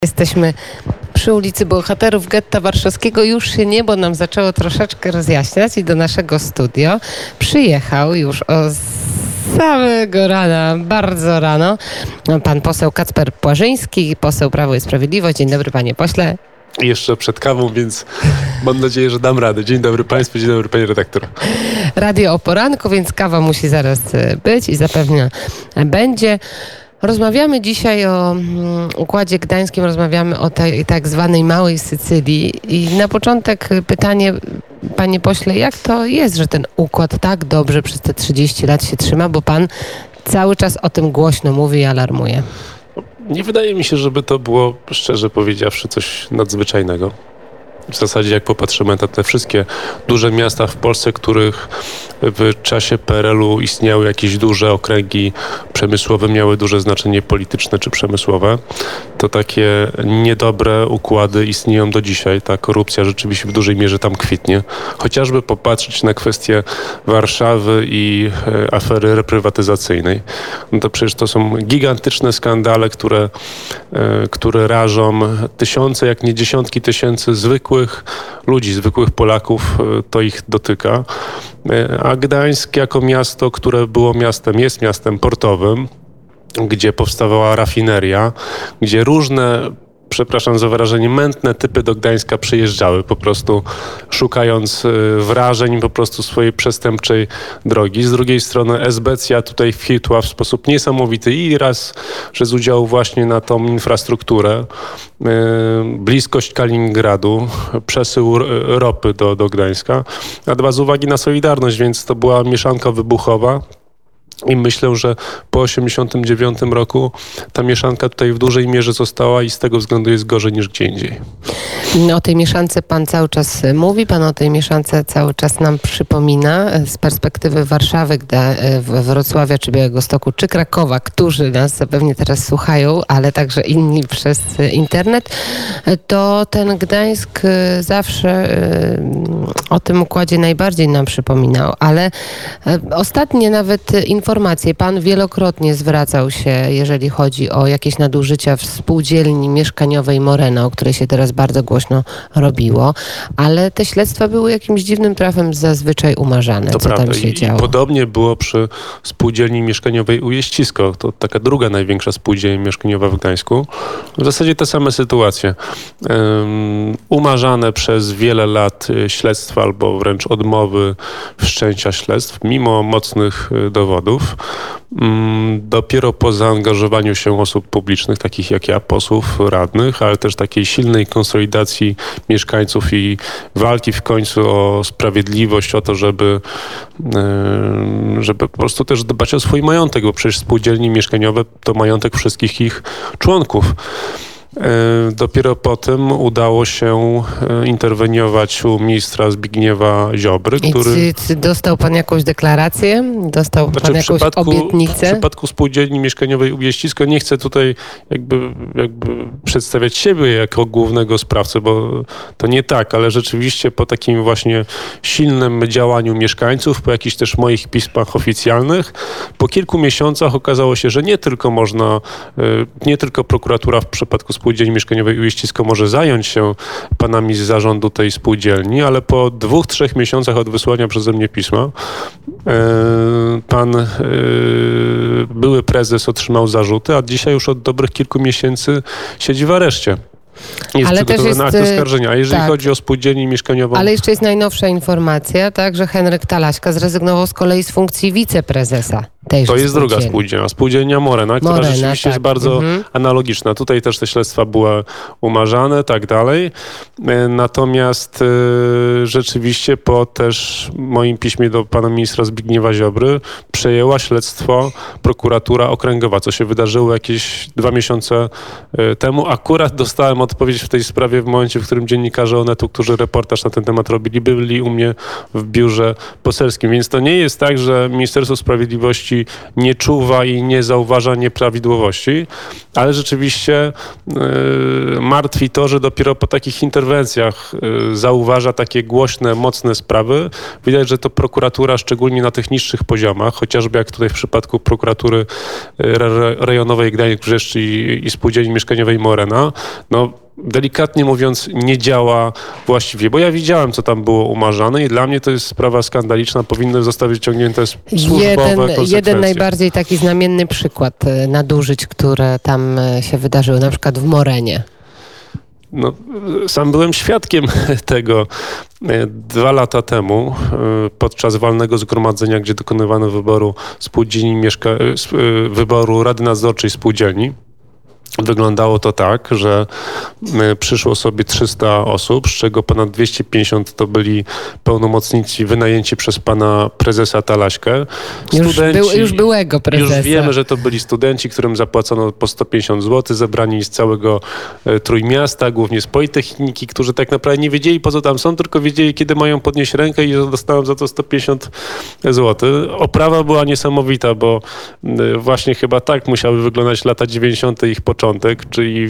Jesteśmy przy ulicy Bohaterów Getta Warszawskiego. Już się niebo nam zaczęło troszeczkę rozjaśniać i do naszego studio przyjechał już o samego rana, bardzo rano, pan poseł Kacper Płażyński, poseł Prawo i Sprawiedliwość. Dzień dobry, panie pośle. Jeszcze przed kawą, więc mam nadzieję, że dam radę. Dzień dobry państwu, dzień dobry panie redaktor. Radio o poranku, więc kawa musi zaraz być i zapewne będzie. Rozmawiamy dzisiaj o Układzie Gdańskim, rozmawiamy o tej tak zwanej Małej Sycylii i na początek pytanie, panie pośle, jak to jest, że ten układ tak dobrze przez te 30 lat się trzyma, bo pan cały czas o tym głośno mówi i alarmuje. Nie wydaje mi się, żeby to było, szczerze powiedziawszy, coś nadzwyczajnego. W zasadzie jak popatrzymy na te wszystkie duże miasta w Polsce, których w czasie PRL-u istniały jakieś duże okręgi przemysłowe, miały duże znaczenie polityczne czy przemysłowe, to takie niedobre układy istnieją do dzisiaj. Ta korupcja rzeczywiście w dużej mierze tam kwitnie. Chociażby popatrzeć na kwestię Warszawy i afery reprywatyzacyjnej. No to przecież to są gigantyczne skandale, które rażą tysiące, jak nie dziesiątki tysięcy zwykłych ludzi, zwykłych Polaków, to ich dotyka. A Gdańsk jako miasto, które było miastem, jest miastem portowym, gdzie powstawała rafineria, gdzie różne, przepraszam za wyrażenie, mętne typy do Gdańska przyjeżdżały, po prostu szukając wrażeń po prostu swojej przestępczej drogi. Z drugiej strony Esbecja tutaj wchitła w sposób niesamowity i raz, że z udziału właśnie na tą infrastrukturę, bliskość Kaliningradu, przesył ropy do Gdańska, a dwa z uwagi na Solidarność, więc to była mieszanka wybuchowa. I myślę, że po 1989 roku ta mieszanka tutaj w dużej mierze została i z tego względu jest gorzej niż gdzie indziej. O tej mieszance pan cały czas mówi, pan o tej mieszance cały czas nam przypomina z perspektywy Warszawy, Wrocławia, czy Białegostoku, czy Krakowa, którzy nas zapewne teraz słuchają, ale także inni przez internet, to ten Gdańsk zawsze o tym układzie najbardziej nam przypominał, ale ostatnie nawet informacje, pan wielokrotnie zwracał się, jeżeli chodzi o jakieś nadużycia w spółdzielni mieszkaniowej Morena, o której się teraz bardzo głośno robiło, ale te śledztwa były jakimś dziwnym trafem zazwyczaj umarzane. To co prawda. Tam się działo. Podobnie było przy spółdzielni mieszkaniowej Ujeścisko. To taka druga największa spółdzielnia mieszkaniowa w Gdańsku. W zasadzie te same sytuacje. Umarzane przez wiele lat śledztwa albo wręcz odmowy wszczęcia śledztw, mimo mocnych dowodów. Dopiero po zaangażowaniu się osób publicznych, takich jak ja, posłów, radnych, ale też takiej silnej konsolidacji mieszkańców i walki w końcu o sprawiedliwość, o to, żeby po prostu też dbać o swój majątek, bo przecież spółdzielnie mieszkaniowe to majątek wszystkich ich członków. Dopiero potem udało się interweniować u ministra Zbigniewa Ziobry, który... I dostał pan jakąś deklarację? Dostał pan jakąś obietnicę? W przypadku spółdzielni mieszkaniowej Ujeścisko nie chcę tutaj jakby przedstawiać siebie jako głównego sprawcę, bo to nie tak, ale rzeczywiście po takim właśnie silnym działaniu mieszkańców, po jakichś też moich pismach oficjalnych, po kilku miesiącach okazało się, że nie tylko prokuratura w przypadku spółdzielni mieszkaniowej Ujeścisko może zająć się panami z zarządu tej spółdzielni, ale po 2-3 miesiącach od wysłania przeze mnie pisma pan były prezes otrzymał zarzuty, a dzisiaj już od dobrych kilku miesięcy siedzi w areszcie. Jest przygotowany akt oskarżenia. A jeżeli chodzi o spółdzielnię mieszkaniową... Ale jeszcze jest najnowsza informacja, tak, że Henryk Talaśka zrezygnował z kolei z funkcji wiceprezesa tejże To jest druga spółdzielnia. Spółdzielnia Morena, która rzeczywiście jest bardzo analogiczna. Tutaj też te śledztwa były umarzane, tak dalej. Natomiast rzeczywiście po też moim piśmie do pana ministra Zbigniewa Ziobry przejęła śledztwo prokuratura okręgowa, co się wydarzyło jakieś 2 miesiące temu. Akurat dostałem od odpowiedź w tej sprawie w momencie, w którym dziennikarze Onetu, którzy reportaż na ten temat robili, byli u mnie w biurze poselskim. Więc to nie jest tak, że Ministerstwo Sprawiedliwości nie czuwa i nie zauważa nieprawidłowości, ale rzeczywiście martwi to, że dopiero po takich interwencjach zauważa takie głośne, mocne sprawy. Widać, że to prokuratura, szczególnie na tych niższych poziomach, chociażby jak tutaj w przypadku prokuratury rejonowej Gdańsk-Brzeszcz i spółdzielni mieszkaniowej Morena, no delikatnie mówiąc, nie działa właściwie, bo ja widziałem, co tam było umarzane i dla mnie to jest sprawa skandaliczna, powinny zostać wyciągnięte służbowe konsekwencje. Jeden najbardziej taki znamienny przykład nadużyć, które tam się wydarzyły, na przykład w Morenie. No, sam byłem świadkiem tego 2 lata temu podczas walnego zgromadzenia, gdzie dokonywano wyboru spółdzielni wyboru Rady Nadzorczej Spółdzielni. Wyglądało to tak, że przyszło sobie 300 osób, z czego ponad 250 to byli pełnomocnicy wynajęci przez pana prezesa Talaśkę. Już byłego prezesa. Już wiemy, że to byli studenci, którym zapłacono po 150 zł, zebrani z całego Trójmiasta, głównie z Politechniki, którzy tak naprawdę nie wiedzieli, po co tam są, tylko wiedzieli, kiedy mają podnieść rękę i że dostałem za to 150 zł. Oprawa była niesamowita, bo właśnie chyba tak musiały wyglądać lata 90. ich początek, czyli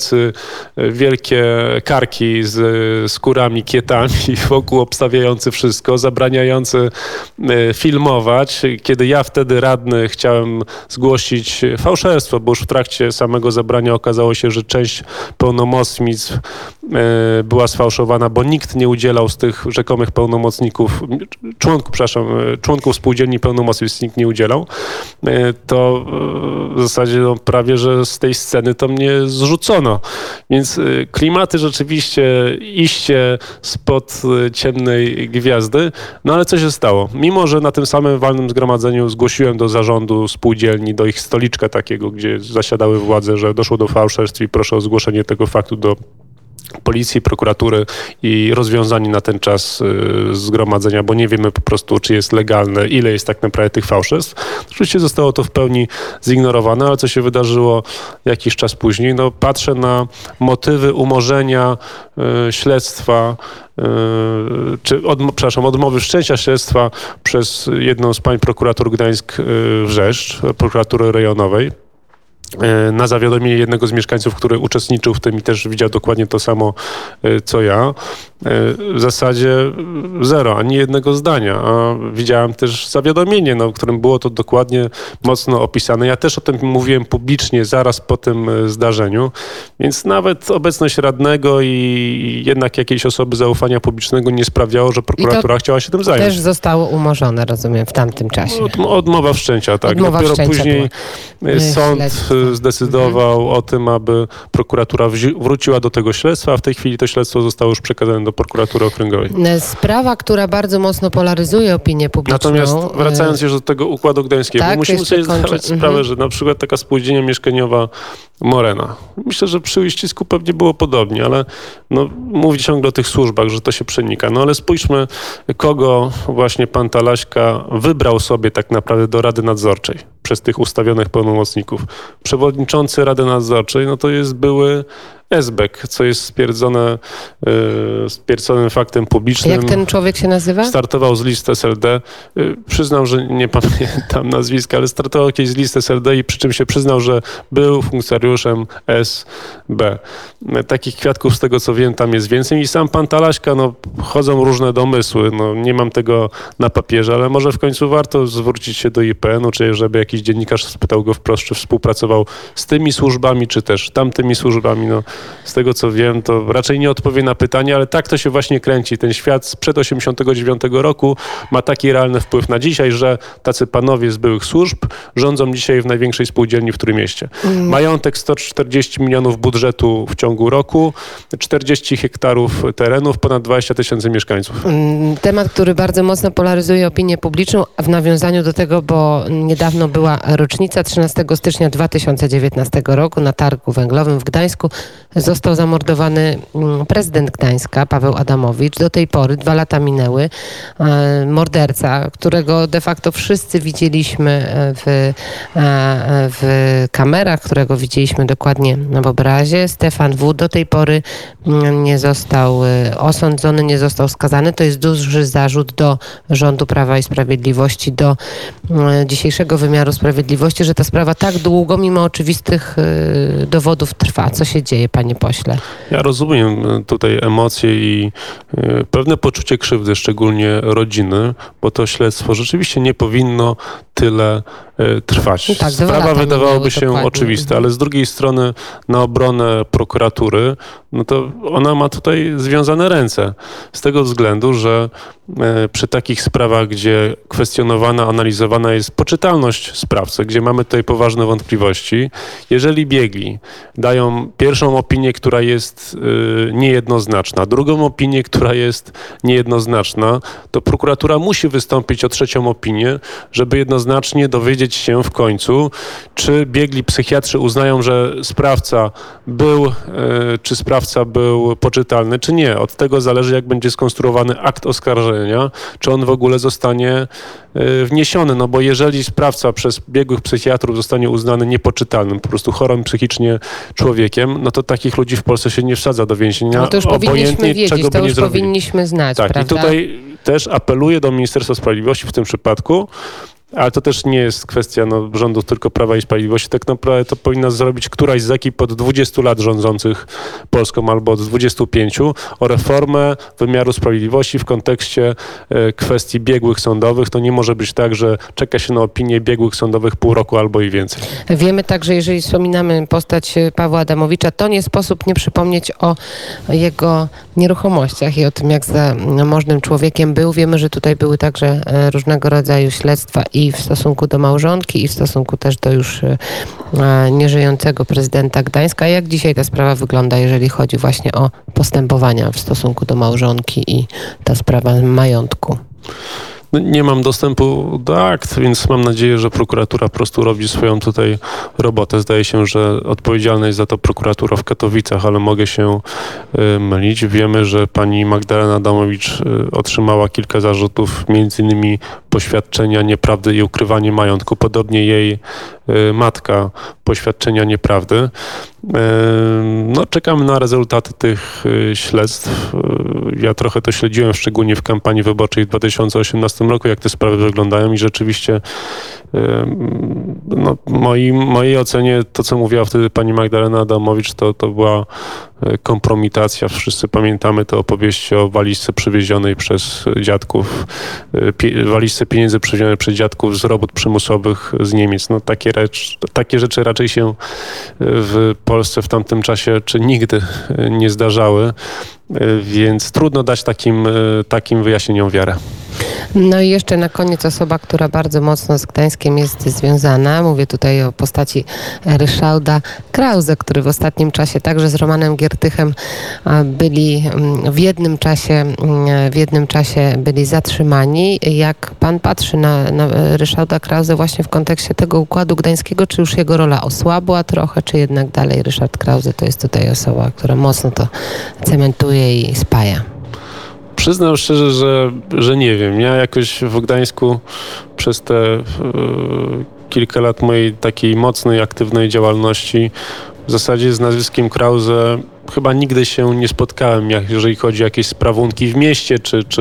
wielkie karki z skórami, kietami wokół obstawiający wszystko, zabraniający filmować. Kiedy ja wtedy radny chciałem zgłosić fałszerstwo, bo już w trakcie samego zabrania okazało się, że część pełnomocnictw była sfałszowana, bo nikt nie udzielał z tych rzekomych pełnomocników, członków spółdzielni pełnomocnictw nikt nie udzielał, to w zasadzie prawie, że z tej sceny to mnie zrzucono. Więc klimaty rzeczywiście iście spod ciemnej gwiazdy. No ale co się stało? Mimo, że na tym samym walnym zgromadzeniu zgłosiłem do zarządu spółdzielni, do ich stoliczka takiego, gdzie zasiadały władze, że doszło do fałszerstw i proszę o zgłoszenie tego faktu do policji, prokuratury i rozwiązanie na ten czas zgromadzenia, bo nie wiemy po prostu, czy jest legalne, ile jest tak naprawdę tych fałszerstw. Oczywiście zostało to w pełni zignorowane, ale co się wydarzyło jakiś czas później? No, patrzę na motywy umorzenia śledztwa, odmowy wszczęcia śledztwa przez jedną z pań prokuratur Gdańsk-Wrzeszcz, prokuratury rejonowej, na zawiadomienie jednego z mieszkańców, który uczestniczył w tym i też widział dokładnie to samo, co ja. W zasadzie zero, ani jednego zdania. A widziałem też zawiadomienie, w którym było to dokładnie mocno opisane. Ja też o tym mówiłem publicznie zaraz po tym zdarzeniu, więc nawet obecność radnego i jednak jakiejś osoby zaufania publicznego nie sprawiało, że prokuratura chciała się tym zająć. Też zostało umorzone, rozumiem, w tamtym czasie. Odmowa wszczęcia, tak. Dopiero później sąd zdecydował o tym, aby prokuratura wróciła do tego śledztwa, a w tej chwili to śledztwo zostało już przekazane do prokuratury okręgowej. Sprawa, która bardzo mocno polaryzuje opinię publiczną. Natomiast wracając już do tego Układu Gdańskiego, musimy sobie zdawać sprawę, że na przykład taka spółdzielnia mieszkaniowa Morena. Myślę, że przy uścisku pewnie było podobnie, ale mówi ciągle o tych służbach, że to się przenika. No ale spójrzmy, kogo właśnie pan Talaśka wybrał sobie tak naprawdę do Rady Nadzorczej przez tych ustawionych pełnomocników. Przewodniczący Rady Nadzorczej, to jest były Esbek, co jest stwierdzonym faktem publicznym. Jak ten człowiek się nazywa? Startował z list SLD. Przyznał, że nie pamiętam nazwiska, ale startował kiedyś z list SLD i przy czym się przyznał, że był funkcjonariuszem SB. Takich kwiatków z tego, co wiem, tam jest więcej. I sam pan Talaśka, chodzą różne domysły. Nie mam tego na papierze, ale może w końcu warto zwrócić się do IPN-u, czy żeby jakiś dziennikarz spytał go wprost, czy współpracował z tymi służbami, czy też tamtymi służbami. Z tego, co wiem, to raczej nie odpowie na pytanie, ale tak to się właśnie kręci. Ten świat sprzed 1989 roku ma taki realny wpływ na dzisiaj, że tacy panowie z byłych służb rządzą dzisiaj w największej spółdzielni w Trójmieście. Majątek 140 milionów budżetu w ciągu roku, 40 hektarów terenów, ponad 20 000 mieszkańców. Temat, który bardzo mocno polaryzuje opinię publiczną, a w nawiązaniu do tego, bo niedawno była rocznica 13 stycznia 2019 roku na targu węglowym w Gdańsku został zamordowany prezydent Gdańska, Paweł Adamowicz. Do tej pory 2 lata minęły. Morderca, którego de facto wszyscy widzieliśmy w kamerach, którego widzieliśmy dokładnie w obrazie. Stefan W. do tej pory nie został osądzony, nie został skazany. To jest duży zarzut do rządu Prawa i Sprawiedliwości, do dzisiejszego wymiaru sprawiedliwości, że ta sprawa tak długo, mimo oczywistych dowodów trwa. Co się dzieje, panie pośle? Ja rozumiem tutaj emocje i pewne poczucie krzywdy, szczególnie rodziny, bo to śledztwo rzeczywiście nie powinno tyle trwać. Tak, sprawa wydawałoby się dokładnie oczywista, ale z drugiej strony na obronę prokuratury, no to ona ma tutaj związane ręce. Z tego względu, że przy takich sprawach, gdzie kwestionowana, analizowana jest poczytalność sprawcy, gdzie mamy tutaj poważne wątpliwości, jeżeli biegli dają pierwszą opinię, która jest niejednoznaczna, drugą opinię, która jest niejednoznaczna, to prokuratura musi wystąpić o trzecią opinię, żeby jednoznacznie dowiedzieć się w końcu, czy biegli psychiatrzy uznają, że sprawca był poczytalny, czy nie. Od tego zależy, jak będzie skonstruowany akt oskarżenia, czy on w ogóle zostanie wniesiony. No bo jeżeli sprawca przez biegłych psychiatrów zostanie uznany niepoczytalnym, po prostu chorym psychicznie człowiekiem, no to takich ludzi w Polsce się nie wsadza do więzienia. No to już powinniśmy wiedzieć, to już powinniśmy znać, tak, prawda? I tutaj też apeluję do Ministerstwa Sprawiedliwości w tym przypadku, ale to też nie jest kwestia rządu tylko Prawa i Sprawiedliwości. Tak naprawdę to powinna zrobić któraś z ekip od 20 lat rządzących Polską albo od 25 o reformę wymiaru sprawiedliwości w kontekście kwestii biegłych sądowych. To nie może być tak, że czeka się na opinię biegłych sądowych pół roku albo i więcej. Wiemy także, jeżeli wspominamy postać Pawła Adamowicza, to nie sposób nie przypomnieć o jego nieruchomościach i o tym, jak zamożnym człowiekiem był. Wiemy, że tutaj były także różnego rodzaju śledztwa i w stosunku do małżonki, i w stosunku też do już nieżyjącego prezydenta Gdańska. Jak dzisiaj ta sprawa wygląda, jeżeli chodzi właśnie o postępowania w stosunku do małżonki i ta sprawa majątku? Nie mam dostępu do akt, więc mam nadzieję, że prokuratura po prostu robi swoją tutaj robotę. Zdaje się, że odpowiedzialna jest za to prokuratura w Katowicach, ale mogę się mylić. Wiemy, że pani Magdalena Adamowicz otrzymała kilka zarzutów, między innymi poświadczenia nieprawdy i ukrywanie majątku. Podobnie jej matka poświadczenia nieprawdy. No, czekamy na rezultaty tych śledztw. Ja trochę to śledziłem, szczególnie w kampanii wyborczej w 2018 roku, jak te sprawy wyglądają i rzeczywiście no, mojej ocenie to, co mówiła wtedy pani Magdalena Adamowicz, to była kompromitacja. Wszyscy pamiętamy te opowieści o walizce przywiezionej przez dziadków, walizce pieniędzy przywiezionej przez dziadków z robót przymusowych z Niemiec. No, takie rzeczy raczej się w Polsce w tamtym czasie czy nigdy nie zdarzały, więc trudno dać takim wyjaśnieniom wiarę. No i jeszcze na koniec osoba, która bardzo mocno z Gdańskiem jest związana. Mówię tutaj o postaci Ryszarda Krause, który w ostatnim czasie także z Romanem Giertychem byli w jednym czasie byli zatrzymani. Jak pan patrzy na Ryszarda Krause właśnie w kontekście tego układu gdańskiego, czy już jego rola osłabła trochę, czy jednak dalej Ryszard Krause to jest tutaj osoba, która mocno to cementuje i spaja? Przyznam szczerze, że nie wiem. Ja jakoś w Gdańsku przez te kilka lat mojej takiej mocnej, aktywnej działalności w zasadzie z nazwiskiem Krause chyba nigdy się nie spotkałem, jeżeli chodzi o jakieś sprawunki w mieście,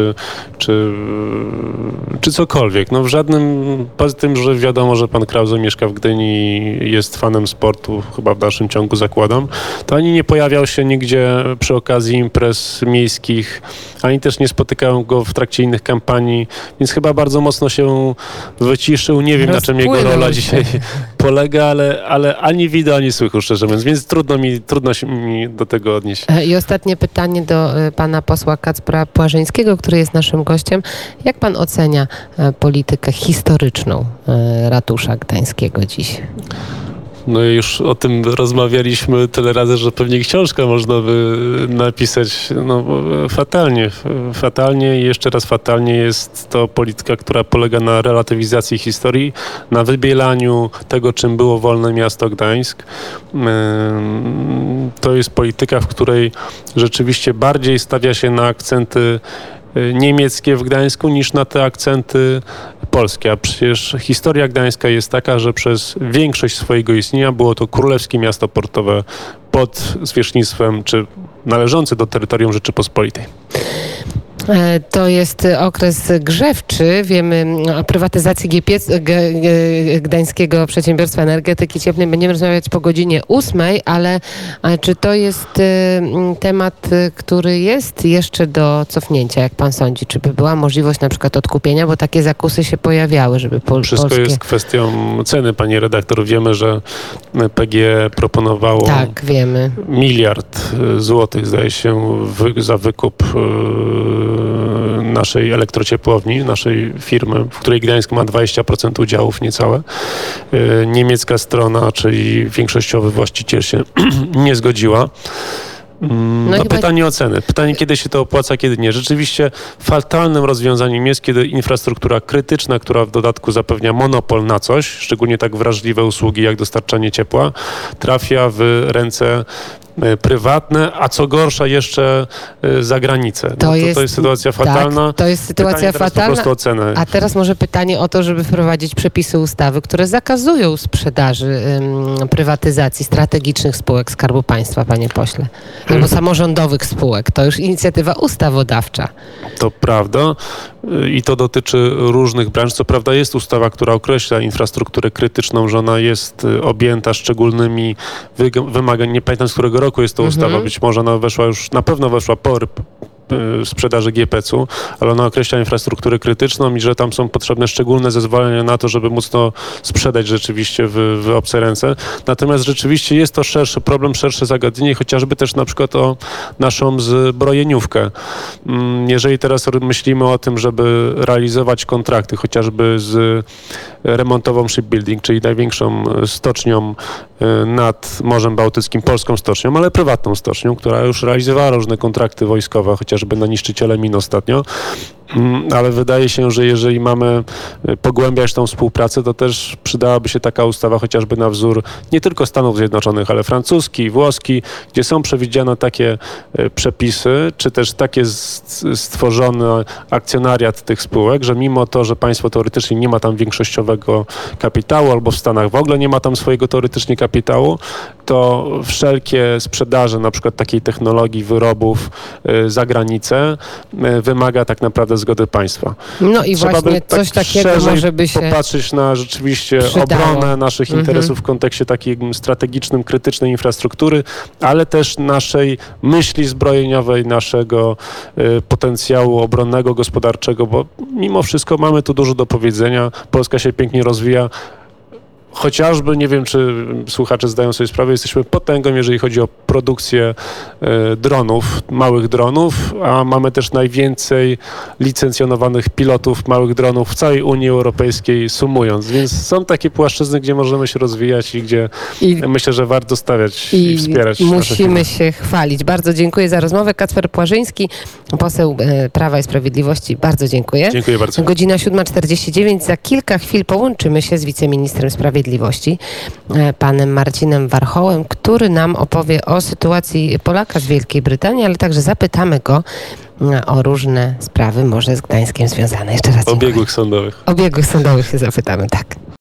czy cokolwiek. No w żadnym, poza tym, że wiadomo, że pan Krause mieszka w Gdyni i jest fanem sportu, chyba w dalszym ciągu zakładam, to ani nie pojawiał się nigdzie przy okazji imprez miejskich, ani też nie spotykałem go w trakcie innych kampanii, więc chyba bardzo mocno się wyciszył. Nie wiem, na czym jego rola dzisiaj polega, ale ani wideo, ani słychu, szczerze mówiąc, więc trudno się mi do tego odnieść. I ostatnie pytanie do pana posła Kacpra Płażyńskiego, który jest naszym gościem. Jak pan ocenia politykę historyczną ratusza gdańskiego dziś? No i już o tym rozmawialiśmy tyle razy, że pewnie książkę można by napisać. No, fatalnie i jeszcze raz fatalnie jest to polityka, która polega na relatywizacji historii, na wybielaniu tego, czym było wolne miasto Gdańsk. To jest polityka, w której rzeczywiście bardziej stawia się na akcenty niemieckie w Gdańsku niż na te akcenty polskie. A przecież historia Gdańska jest taka, że przez większość swojego istnienia było to królewskie miasto portowe pod zwierzchnictwem czy należące do terytorium Rzeczypospolitej. To jest okres grzewczy. Wiemy o prywatyzacji Gdańskiego Przedsiębiorstwa Energetyki Cieplnej. Będziemy rozmawiać po godzinie 8, ale czy to jest temat, który jest jeszcze do cofnięcia, jak pan sądzi? Czy by była możliwość na przykład odkupienia, bo takie zakusy się pojawiały, żeby Wszystko polskie... jest kwestią ceny, pani redaktor. Wiemy, że PGE proponowało Tak, wiemy. 1 miliard złotych, zdaje się, za wykup naszej elektrociepłowni, naszej firmy, w której Gdańsk ma 20% udziałów niecałe. Niemiecka strona, czyli większościowy właściciel się nie zgodziła. No pytanie o ceny. Pytanie, kiedy się to opłaca, kiedy nie. Rzeczywiście fatalnym rozwiązaniem jest, kiedy infrastruktura krytyczna, która w dodatku zapewnia monopol na coś, szczególnie tak wrażliwe usługi jak dostarczanie ciepła, trafia w ręce prywatne, a co gorsza jeszcze za granicę. To jest sytuacja fatalna. Tak, to jest sytuacja fatalna. Po prostu o cenę. A teraz może pytanie o to, żeby wprowadzić przepisy ustawy, które zakazują sprzedaży, prywatyzacji strategicznych spółek Skarbu Państwa, panie pośle. Albo samorządowych spółek. To już inicjatywa ustawodawcza. To prawda i to dotyczy różnych branż. Co prawda jest ustawa, która określa infrastrukturę krytyczną, że ona jest objęta szczególnymi wymaganiami. Nie pamiętam, z którego roku jest to ustawa. Być może ona na pewno weszła po sprzedaży GPC-u, ale ona określa infrastrukturę krytyczną i że tam są potrzebne szczególne zezwolenia na to, żeby móc to sprzedać rzeczywiście w obce ręce. Natomiast rzeczywiście jest to szerszy problem, szersze zagadnienie, chociażby też na przykład o naszą zbrojeniówkę. Jeżeli teraz myślimy o tym, żeby realizować kontrakty, chociażby z remontową Shipbuilding, czyli największą stocznią nad Morzem Bałtyckim, polską stocznią, ale prywatną stocznią, która już realizowała różne kontrakty wojskowe, chociażby na niszczyciele min ostatnio. Ale wydaje się, że jeżeli mamy pogłębiać tą współpracę, to też przydałaby się taka ustawa chociażby na wzór nie tylko Stanów Zjednoczonych, ale francuski, włoski, gdzie są przewidziane takie przepisy, czy też takie stworzony akcjonariat tych spółek, że mimo to, że państwo teoretycznie nie ma tam większościowego kapitału, albo w Stanach w ogóle nie ma tam swojego teoretycznie kapitału, to wszelkie sprzedaże na przykład takiej technologii, wyrobów za granicę wymaga tak naprawdę zgody państwa. No i Trzeba właśnie by coś takiego może by się popatrzeć na rzeczywiście przydało. obronę naszych interesów w kontekście takiej strategicznym, krytycznej infrastruktury, ale też naszej myśli zbrojeniowej, naszego potencjału obronnego, gospodarczego, bo mimo wszystko mamy tu dużo do powiedzenia. Polska się pięknie rozwija. Chociażby, nie wiem, czy słuchacze zdają sobie sprawę, jesteśmy potęgą, jeżeli chodzi o produkcję dronów, małych dronów, a mamy też najwięcej licencjonowanych pilotów małych dronów w całej Unii Europejskiej sumując. Więc są takie płaszczyzny, gdzie możemy się rozwijać i gdzie myślę, że warto stawiać i wspierać. Musimy się chwalić. Bardzo dziękuję za rozmowę. Kacper Płażyński, poseł Prawa i Sprawiedliwości. Bardzo dziękuję. Dziękuję bardzo. Godzina 7:49. Za kilka chwil połączymy się z wiceministrem Sprawiedliwości, panem Marcinem Warchołem, który nam opowie o sytuacji Polaka z Wielkiej Brytanii, ale także zapytamy go o różne sprawy, może z Gdańskiem związane. Jeszcze raz dziękuję. Obiegłych sądowych. O biegłych sądowych się zapytamy, tak.